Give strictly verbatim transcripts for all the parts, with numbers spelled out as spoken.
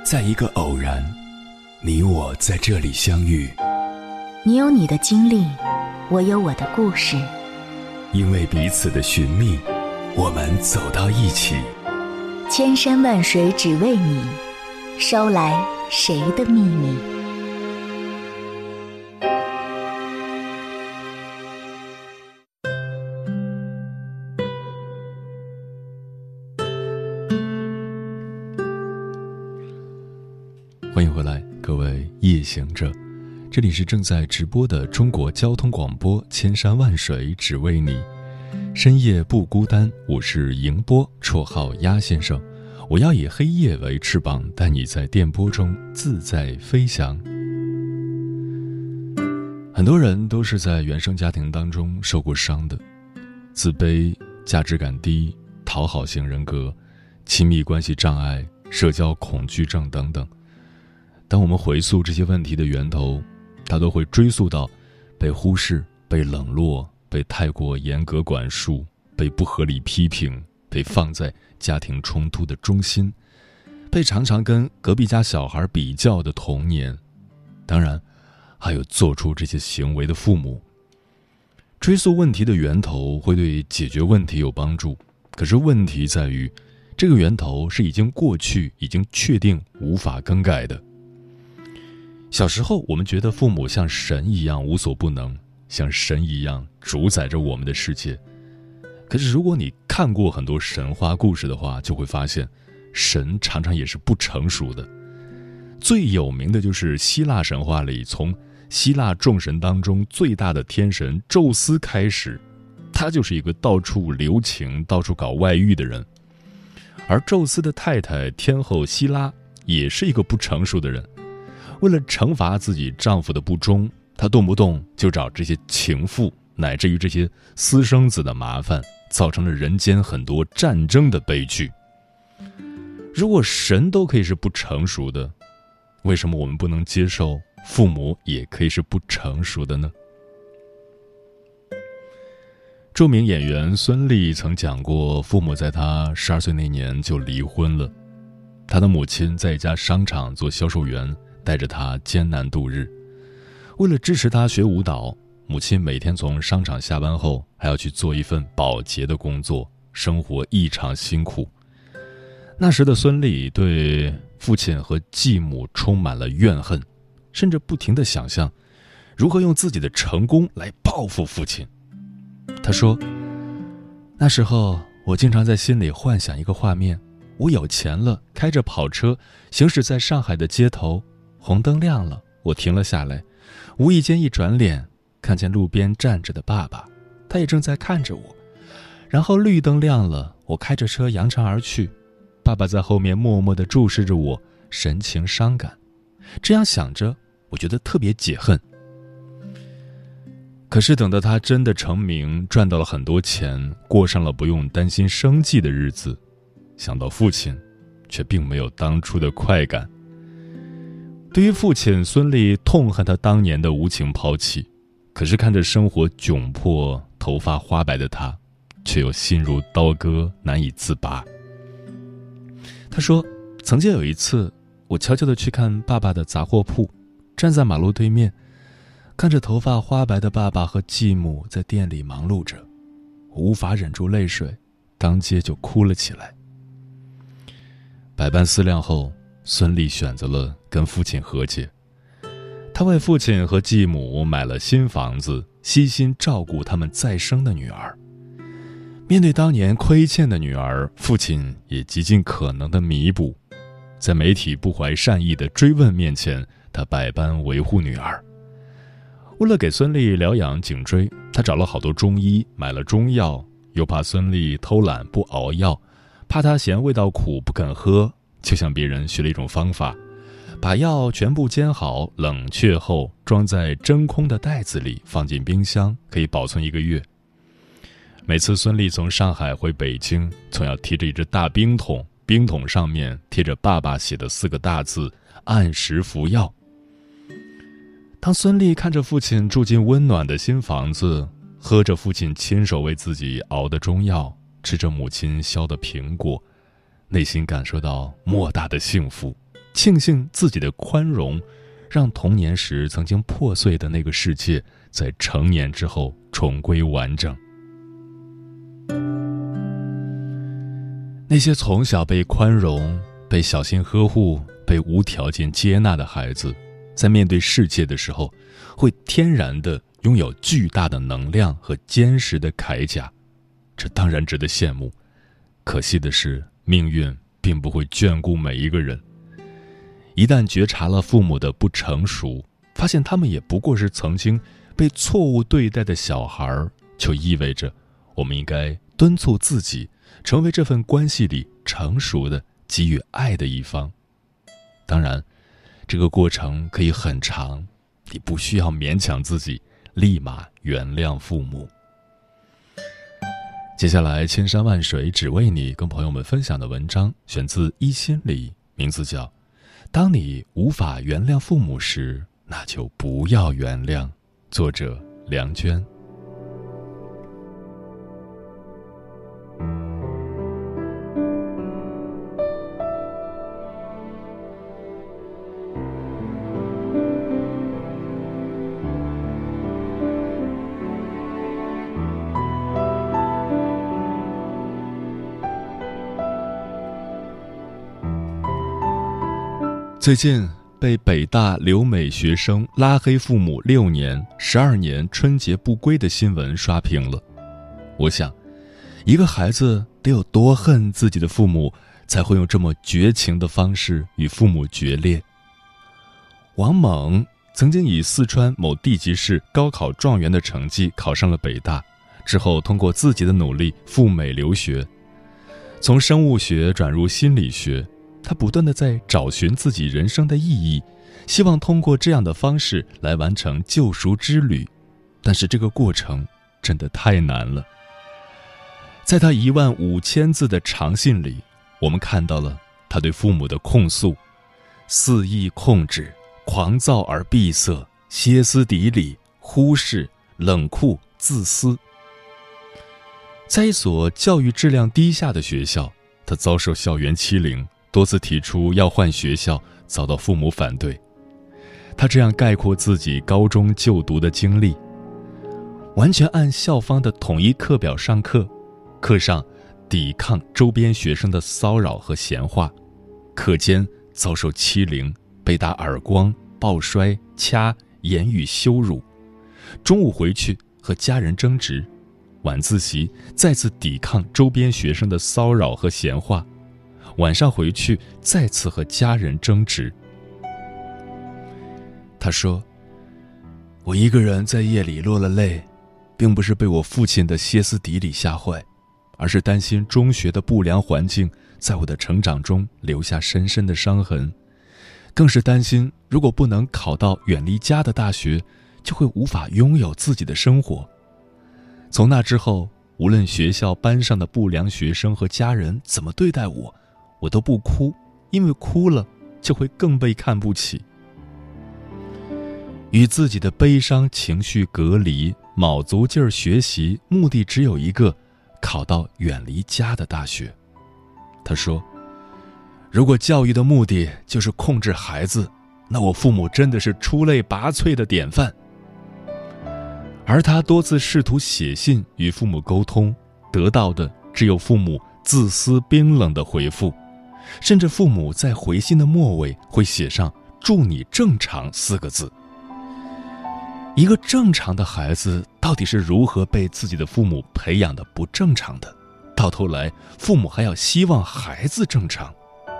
在一个偶然，你我在这里相遇。 你有你的经历，我有我的故事。 因为彼此的寻觅，我们走到一起。 千山万水只为你，捎来谁的秘密？ 欢迎回来，各位夜行者，这里是正在直播的中国交通广播，千山万水只为你，深夜不孤单。我是迎波，绰号鸭先生。我要以黑夜为翅膀，带你在电波中自在飞翔。很多人都是在原生家庭当中受过伤的，自卑、价值感低、讨好型人格、亲密关系障碍、社交恐惧症等等。当我们回溯这些问题的源头，它都会追溯到被忽视、被冷落、被太过严格管束、被不合理批评、被放在家庭冲突的中心、被常常跟隔壁家小孩比较的童年，当然还有做出这些行为的父母。追溯问题的源头会对解决问题有帮助，可是问题在于这个源头是已经过去、已经确定无法更改的。小时候我们觉得父母像神一样无所不能，像神一样主宰着我们的世界。可是如果你看过很多神话故事的话，就会发现神常常也是不成熟的。最有名的就是希腊神话里，从希腊众神当中最大的天神宙斯开始，他就是一个到处留情、到处搞外遇的人。而宙斯的太太天后希拉也是一个不成熟的人，为了惩罚自己丈夫的不忠，她动不动就找这些情妇，乃至于这些私生子的麻烦，造成了人间很多战争的悲剧。如果神都可以是不成熟的，为什么我们不能接受父母也可以是不成熟的呢？著名演员孙俪曾讲过，父母在她十二岁那年就离婚了。她的母亲在一家商场做销售员，带着她艰难度日。为了支持她学舞蹈，母亲每天从商场下班后还要去做一份保洁的工作，生活异常辛苦。那时的孙俪对父亲和继母充满了怨恨，甚至不停地想象如何用自己的成功来报复父亲。她说，那时候我经常在心里幻想一个画面，我有钱了，开着跑车行驶在上海的街头，红灯亮了，我停了下来，无意间一转脸，看见路边站着的爸爸，他也正在看着我。然后绿灯亮了，我开着车扬长而去，爸爸在后面默默地注视着我，神情伤感。这样想着，我觉得特别解恨。可是等到他真的成名，赚到了很多钱，过上了不用担心生计的日子，想到父亲，却并没有当初的快感。对于父亲，孙俪痛恨他当年的无情抛弃，可是看着生活窘迫、头发花白的他，却又心如刀割，难以自拔。他说，曾经有一次，我悄悄地去看爸爸的杂货铺，站在马路对面，看着头发花白的爸爸和继母在店里忙碌着，我无法忍住泪水，当街就哭了起来。百般思量后，孙俪选择了跟父亲和解。她为父亲和继母买了新房子，悉心照顾他们再生的女儿。面对当年亏欠的女儿，父亲也极尽可能的弥补。在媒体不怀善意的追问面前，他百般维护女儿。为了给孙俪疗养颈椎，他找了好多中医，买了中药，又怕孙俪偷懒不熬药，怕她嫌味道苦不肯喝，就向别人学了一种方法，把药全部煎好，冷却后装在真空的袋子里，放进冰箱，可以保存一个月。每次孙俪从上海回北京，总要提着一只大冰桶，冰桶上面贴着爸爸写的四个大字：按时服药。当孙俪看着父亲住进温暖的新房子，喝着父亲亲手为自己熬的中药，吃着母亲削的苹果，内心感受到莫大的幸福， 庆幸自己的宽容，让童年时曾经破碎的那个世界，在成年之后重归完整。那些从小被宽容、被小心呵护、被无条件接纳的孩子，在面对世界的时候，会天然地拥有巨大的能量和坚实的铠甲，这当然值得羡慕。可惜的是，命运并不会眷顾每一个人。一旦觉察了父母的不成熟，发现他们也不过是曾经被错误对待的小孩，就意味着我们应该敦促自己成为这份关系里成熟的给予爱的一方。当然，这个过程可以很长，你不需要勉强自己立马原谅父母。接下来，千山万水只为你跟朋友们分享的文章选自一心理，名字叫《当你无法原谅父母时，那就不要原谅》，作者梁娟。最近被北大留美学生拉黑父母六年、十二年春节不归的新闻刷屏了。我想，一个孩子得有多恨自己的父母，才会用这么绝情的方式与父母决裂。王猛曾经以四川某地级市高考状元的成绩考上了北大，之后通过自己的努力赴美留学，从生物学转入心理学。他不断地在找寻自己人生的意义，希望通过这样的方式来完成救赎之旅，但是这个过程真的太难了。在他一万五千字的长信里，我们看到了他对父母的控诉：肆意控制、狂躁而闭塞、歇斯底里、忽视、冷酷、自私。在一所教育质量低下的学校，他遭受校园欺凌，多次提出要换学校，遭到父母反对。他这样概括自己高中就读的经历：完全按校方的统一课表上课，课上抵抗周边学生的骚扰和闲话，课间遭受欺凌，被打耳光、抱摔、掐、言语羞辱，中午回去和家人争执，晚自习再次抵抗周边学生的骚扰和闲话，晚上回去再次和家人争执。他说，我一个人在夜里落了泪，并不是被我父亲的歇斯底里吓坏，而是担心中学的不良环境在我的成长中留下深深的伤痕，更是担心如果不能考到远离家的大学，就会无法拥有自己的生活。从那之后，无论学校班上的不良学生和家人怎么对待我，我都不哭，因为哭了就会更被看不起。与自己的悲伤情绪隔离，卯足劲儿学习，目的只有一个，考到远离家的大学。他说，如果教育的目的就是控制孩子，那我父母真的是出类拔萃的典范。而他多次试图写信与父母沟通，得到的只有父母自私冰冷的回复，甚至父母在回信的末尾会写上祝你正常四个字。一个正常的孩子到底是如何被自己的父母培养的不正常的，到头来父母还要希望孩子正常。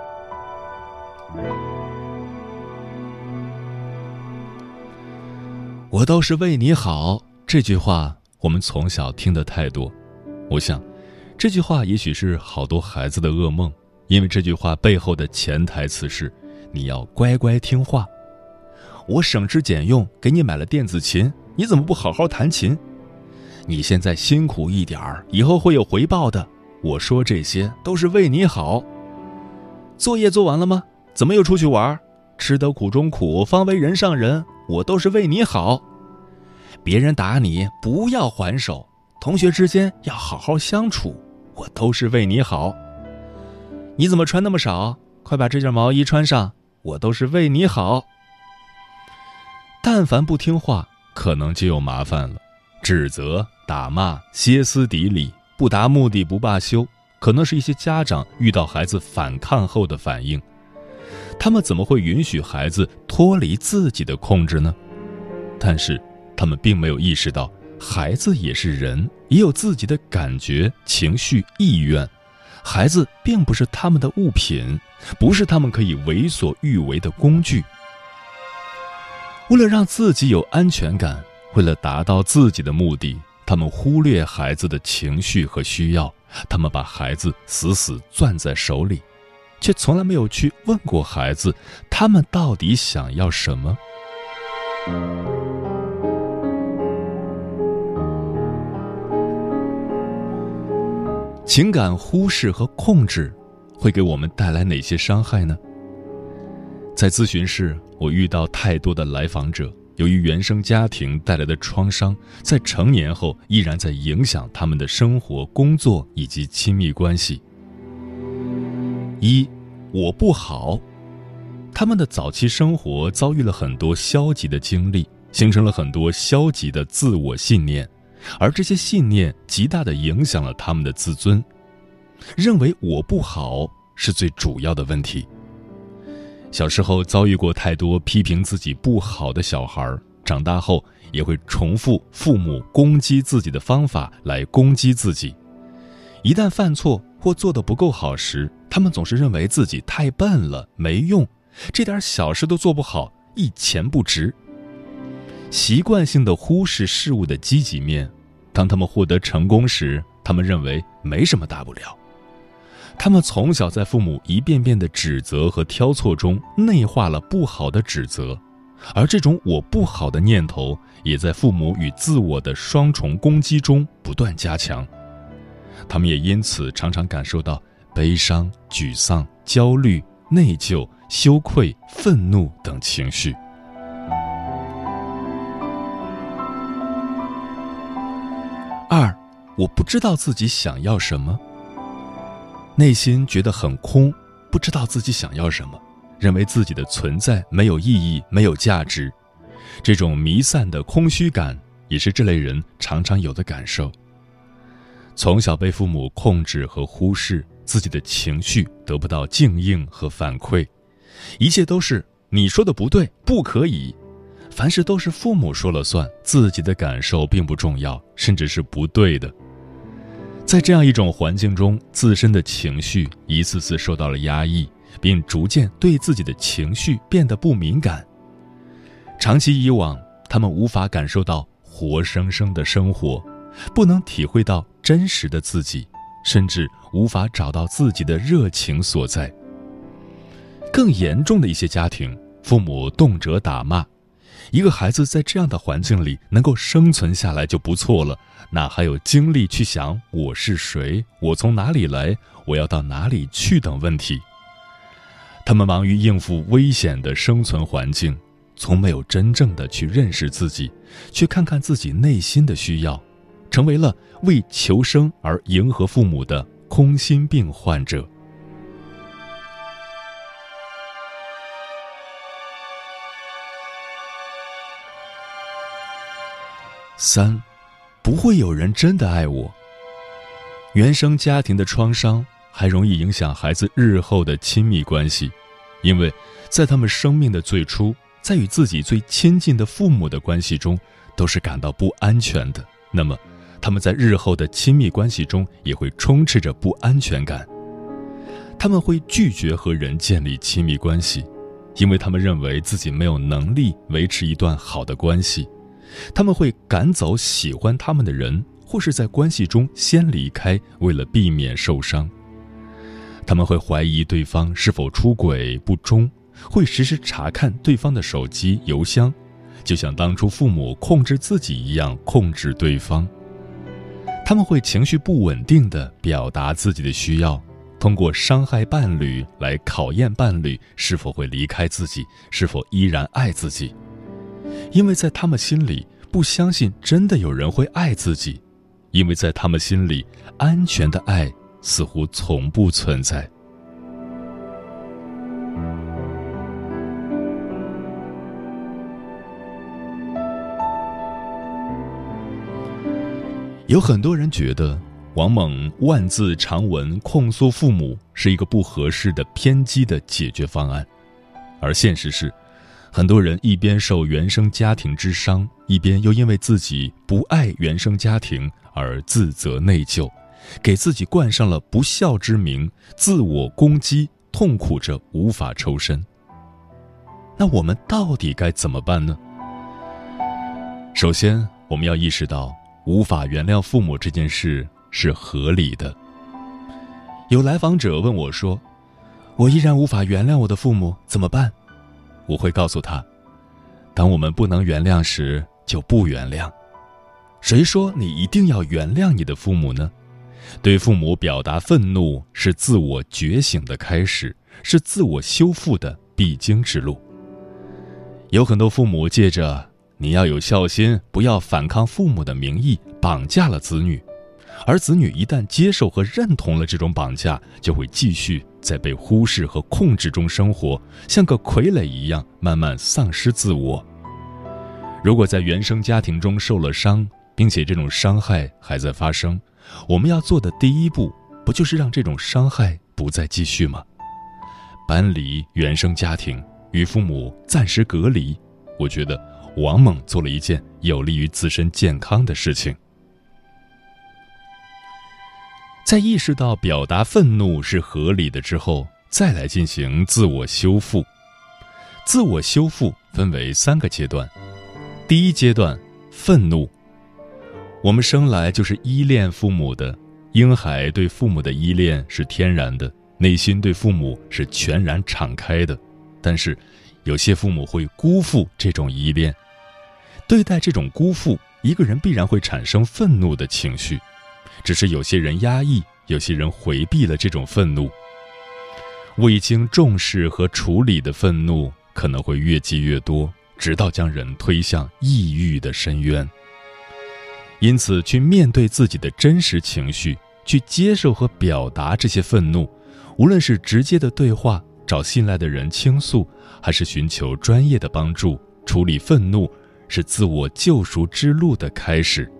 我都是为你好，这句话我们从小听得太多，我想这句话也许是好多孩子的噩梦，因为这句话背后的潜台词是你要乖乖听话。我省吃俭用给你买了电子琴，你怎么不好好弹琴？你现在辛苦一点儿，以后会有回报的，我说这些都是为你好。作业做完了吗？怎么又出去玩？吃得苦中苦，方为人上人，我都是为你好。别人打你不要还手，同学之间要好好相处，我都是为你好。你怎么穿那么少？快把这件毛衣穿上， 我都是为你好。但凡不听话，可能就有麻烦了。指责、打骂、歇斯底里，不达目的不罢休，可能是一些家长遇到孩子反抗后的反应。他们怎么会允许孩子脱离自己的控制呢？但是他们并没有意识到，孩子也是人，也有自己的感觉、情绪、意愿。孩子并不是他们的物品，不是他们可以为所欲为的工具。为了让自己有安全感，为了达到自己的目的，他们忽略孩子的情绪和需要，他们把孩子死死攥在手里，却从来没有去问过孩子，他们到底想要什么。情感忽视和控制会给我们带来哪些伤害呢？在咨询室，我遇到太多的来访者，由于原生家庭带来的创伤，在成年后依然在影响他们的生活、工作以及亲密关系。一，我不好。他们的早期生活遭遇了很多消极的经历，形成了很多消极的自我信念，而这些信念极大地影响了他们的自尊，认为我不好是最主要的问题。小时候遭遇过太多批评自己不好的小孩，长大后也会重复父母攻击自己的方法来攻击自己。一旦犯错或做得不够好时，他们总是认为自己太笨了，没用，这点小事都做不好，一钱不值。习惯性地忽视事物的积极面，当他们获得成功时，他们认为没什么大不了。他们从小在父母一遍遍的指责和挑错中内化了不好的指责，而这种我不好的念头也在父母与自我的双重攻击中不断加强。他们也因此常常感受到悲伤、沮丧、焦虑、内疚、羞愧、愤怒等情绪。二，我不知道自己想要什么。内心觉得很空，不知道自己想要什么，认为自己的存在没有意义、没有价值。这种弥散的空虚感也是这类人常常有的感受。从小被父母控制和忽视，自己的情绪得不到静应和反馈，一切都是你说的不对，不可以，凡事都是父母说了算，自己的感受并不重要，甚至是不对的。在这样一种环境中，自身的情绪一次次受到了压抑，并逐渐对自己的情绪变得不敏感。长期以往，他们无法感受到活生生的生活，不能体会到真实的自己，甚至无法找到自己的热情所在。更严重的一些家庭，父母动辄打骂，一个孩子在这样的环境里能够生存下来就不错了，哪还有精力去想我是谁，我从哪里来，我要到哪里去等问题。他们忙于应付危险的生存环境，从没有真正的去认识自己，去看看自己内心的需要，成为了为求生而迎合父母的空心病患者。三，不会有人真的爱我。原生家庭的创伤还容易影响孩子日后的亲密关系，因为在他们生命的最初，在与自己最亲近的父母的关系中，都是感到不安全的，那么他们在日后的亲密关系中也会充斥着不安全感。他们会拒绝和人建立亲密关系，因为他们认为自己没有能力维持一段好的关系。他们会赶走喜欢他们的人，或是在关系中先离开，为了避免受伤。他们会怀疑对方是否出轨不忠，会时时查看对方的手机、邮箱，就像当初父母控制自己一样控制对方。他们会情绪不稳定地表达自己的需要，通过伤害伴侣来考验伴侣是否会离开自己，是否依然爱自己。因为在他们心里不相信真的有人会爱自己，因为在他们心里安全的爱似乎从不存在。 有很多人觉得王猛万字长文控诉父母是一个不合适的偏激的解决方案，而现实是，很多人一边受原生家庭之伤，一边又因为自己不爱原生家庭而自责内疚，给自己冠上了不孝之名，自我攻击，痛苦着无法抽身。那我们到底该怎么办呢？首先，我们要意识到无法原谅父母这件事是合理的。有来访者问我说，我依然无法原谅我的父母，怎么办？我会告诉他，当我们不能原谅时，就不原谅。谁说你一定要原谅你的父母呢？对父母表达愤怒是自我觉醒的开始，是自我修复的必经之路。有很多父母借着你要有孝心，不要反抗父母的名义，绑架了子女，而子女一旦接受和认同了这种绑架，就会继续在被忽视和控制中生活，像个傀儡一样慢慢丧失自我。如果在原生家庭中受了伤，并且这种伤害还在发生，我们要做的第一步，不就是让这种伤害不再继续吗？搬离原生家庭，与父母暂时隔离，我觉得王猛做了一件有利于自身健康的事情。在意识到表达愤怒是合理的之后，再来进行自我修复。自我修复分为三个阶段。第一阶段，愤怒。我们生来就是依恋父母的，婴孩对父母的依恋是天然的，内心对父母是全然敞开的。但是有些父母会辜负这种依恋，对待这种辜负，一个人必然会产生愤怒的情绪，只是有些人压抑，有些人回避了这种愤怒。未经重视和处理的愤怒可能会越积越多，直到将人推向抑郁的深渊。因此，去面对自己的真实情绪，去接受和表达这些愤怒，无论是直接的对话，找信赖的人倾诉，还是寻求专业的帮助，处理愤怒是自我救赎之路的开始。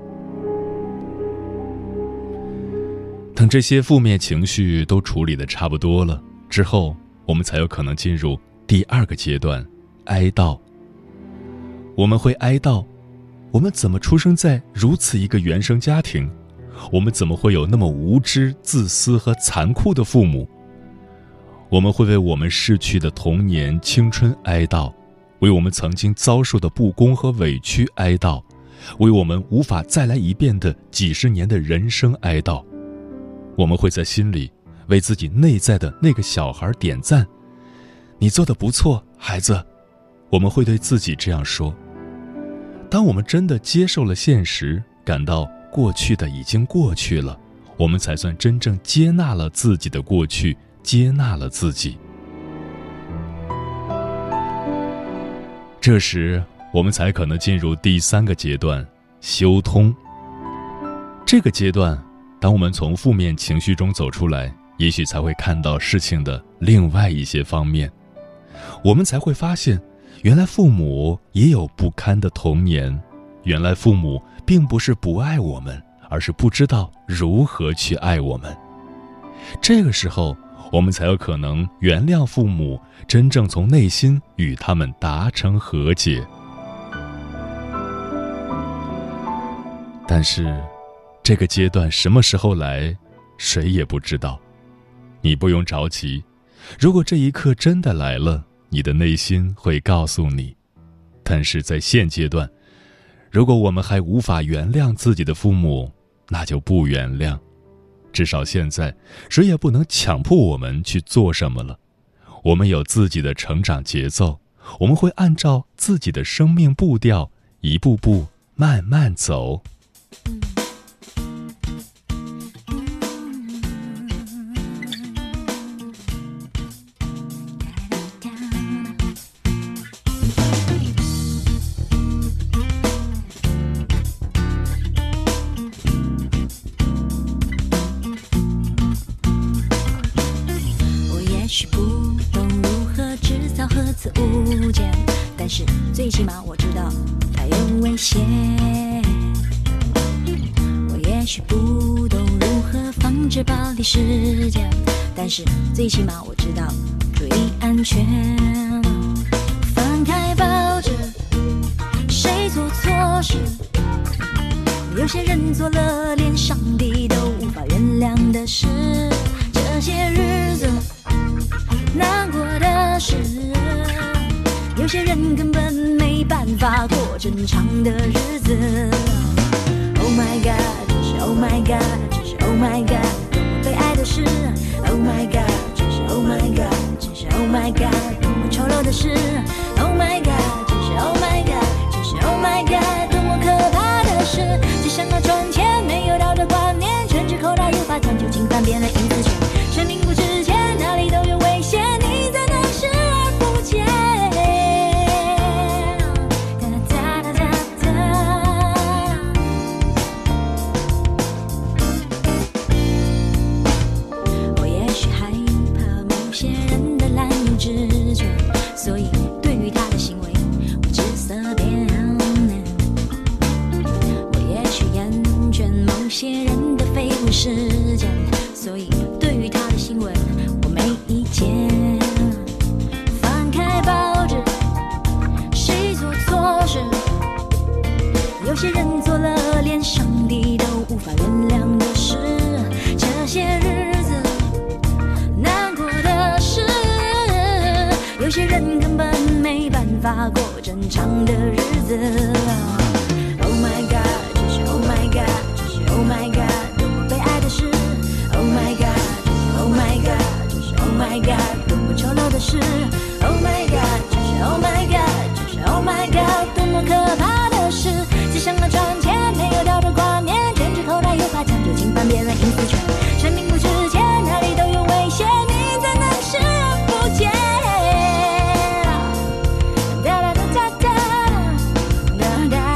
等这些负面情绪都处理得差不多了之后，我们才有可能进入第二个阶段，哀悼。我们会哀悼，我们怎么出生在如此一个原生家庭？我们怎么会有那么无知、自私和残酷的父母？我们会为我们逝去的童年、青春哀悼，为我们曾经遭受的不公和委屈哀悼，为我们无法再来一遍的几十年的人生哀悼。我们会在心里为自己内在的那个小孩点赞，你做得不错，孩子。我们会对自己这样说。当我们真的接受了现实，感到过去的已经过去了，我们才算真正接纳了自己的过去，接纳了自己。这时，我们才可能进入第三个阶段，修通。这个阶段，当我们从负面情绪中走出来，也许才会看到事情的另外一些方面。我们才会发现，原来父母也有不堪的童年，原来父母并不是不爱我们，而是不知道如何去爱我们。这个时候，我们才有可能原谅父母，真正从内心与他们达成和解。但是，这个阶段什么时候来，谁也不知道。你不用着急，如果这一刻真的来了，你的内心会告诉你。但是在现阶段，如果我们还无法原谅自己的父母，那就不原谅。至少现在，谁也不能强迫我们去做什么了。我们有自己的成长节奏，我们会按照自己的生命步调，一步步慢慢走。 物件，但是最起码我知道它有危险。 许不懂如何防止暴力事件，但是最起码我知道注意安全。翻开报纸，谁做错事？有些人做了连上帝都无法原谅的事。这些日子难过的事，有些人根本没办法过正常的日子。Oh my god， 这是 Oh my god， 这是 Oh my god， 多么悲哀的事。Oh my god， 这是 Oh my god， 这是 Oh my god， 多么丑陋的事。Oh my god， 这是 Oh my god， 这是 Oh my god， 多么可怕的事。只想要赚钱，没有道德观念，全职口袋无法将就，竟翻遍了隐私权。生命不值钱，哪里都有危险，你在那视而不见。我也许害怕某些人的滥用职权，所以对于他的行为我只色变。我也许厌倦某些人的非物事件，所以对于他的新闻我没意见。翻开报纸，谁做错事？有些人做了连上帝都无法原谅的事。这些日子难过的事，有些人根本没办法过正常的日子。Oh my god， 这是 Oh my god， 这是 Oh my god， 多么悲哀的事。Oh my god， 这是 Oh my god， 这是 Oh my god， 多么丑陋的事。Oh my god， 这是 Oh my god， 这是 Oh my god， 多么可怕的事。只想要赚钱，没有道德观念，全职口袋有法抢，就竟翻遍了隐私权。生命不值钱，哪里都有危险，你在那视而不见。哒哒哒哒哒哒哒。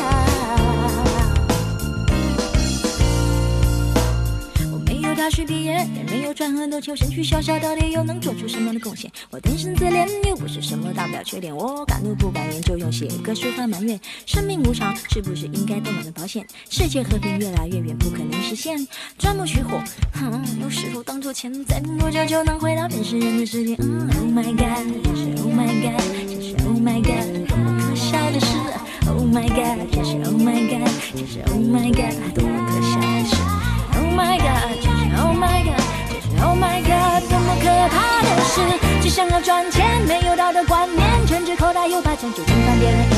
大学毕业，也没有赚很多钱，身躯小小，到底又能做出什么的贡献？我天生自恋，又不是什么大不了缺点，我敢怒不敢言，就用写歌抒发埋怨。生命无常，是不是应该懂得保险？世界和平越来越远，不可能实现。钻木取火，哼，有时候当作钱，再拼多久就能回到原始人的世界。嗯 ，Oh my god， 这是 Oh my god， 这是 Oh my god， 多么可笑的事。Oh my god， 这是 Oh my god， 这是 Oh my god， 多么可笑的事。Oh my god， 这是 Oh my god， 这是 Oh my god， 多么可怕的事。只想要赚钱，没有道德观念，全职口袋有把枪，就竟翻遍了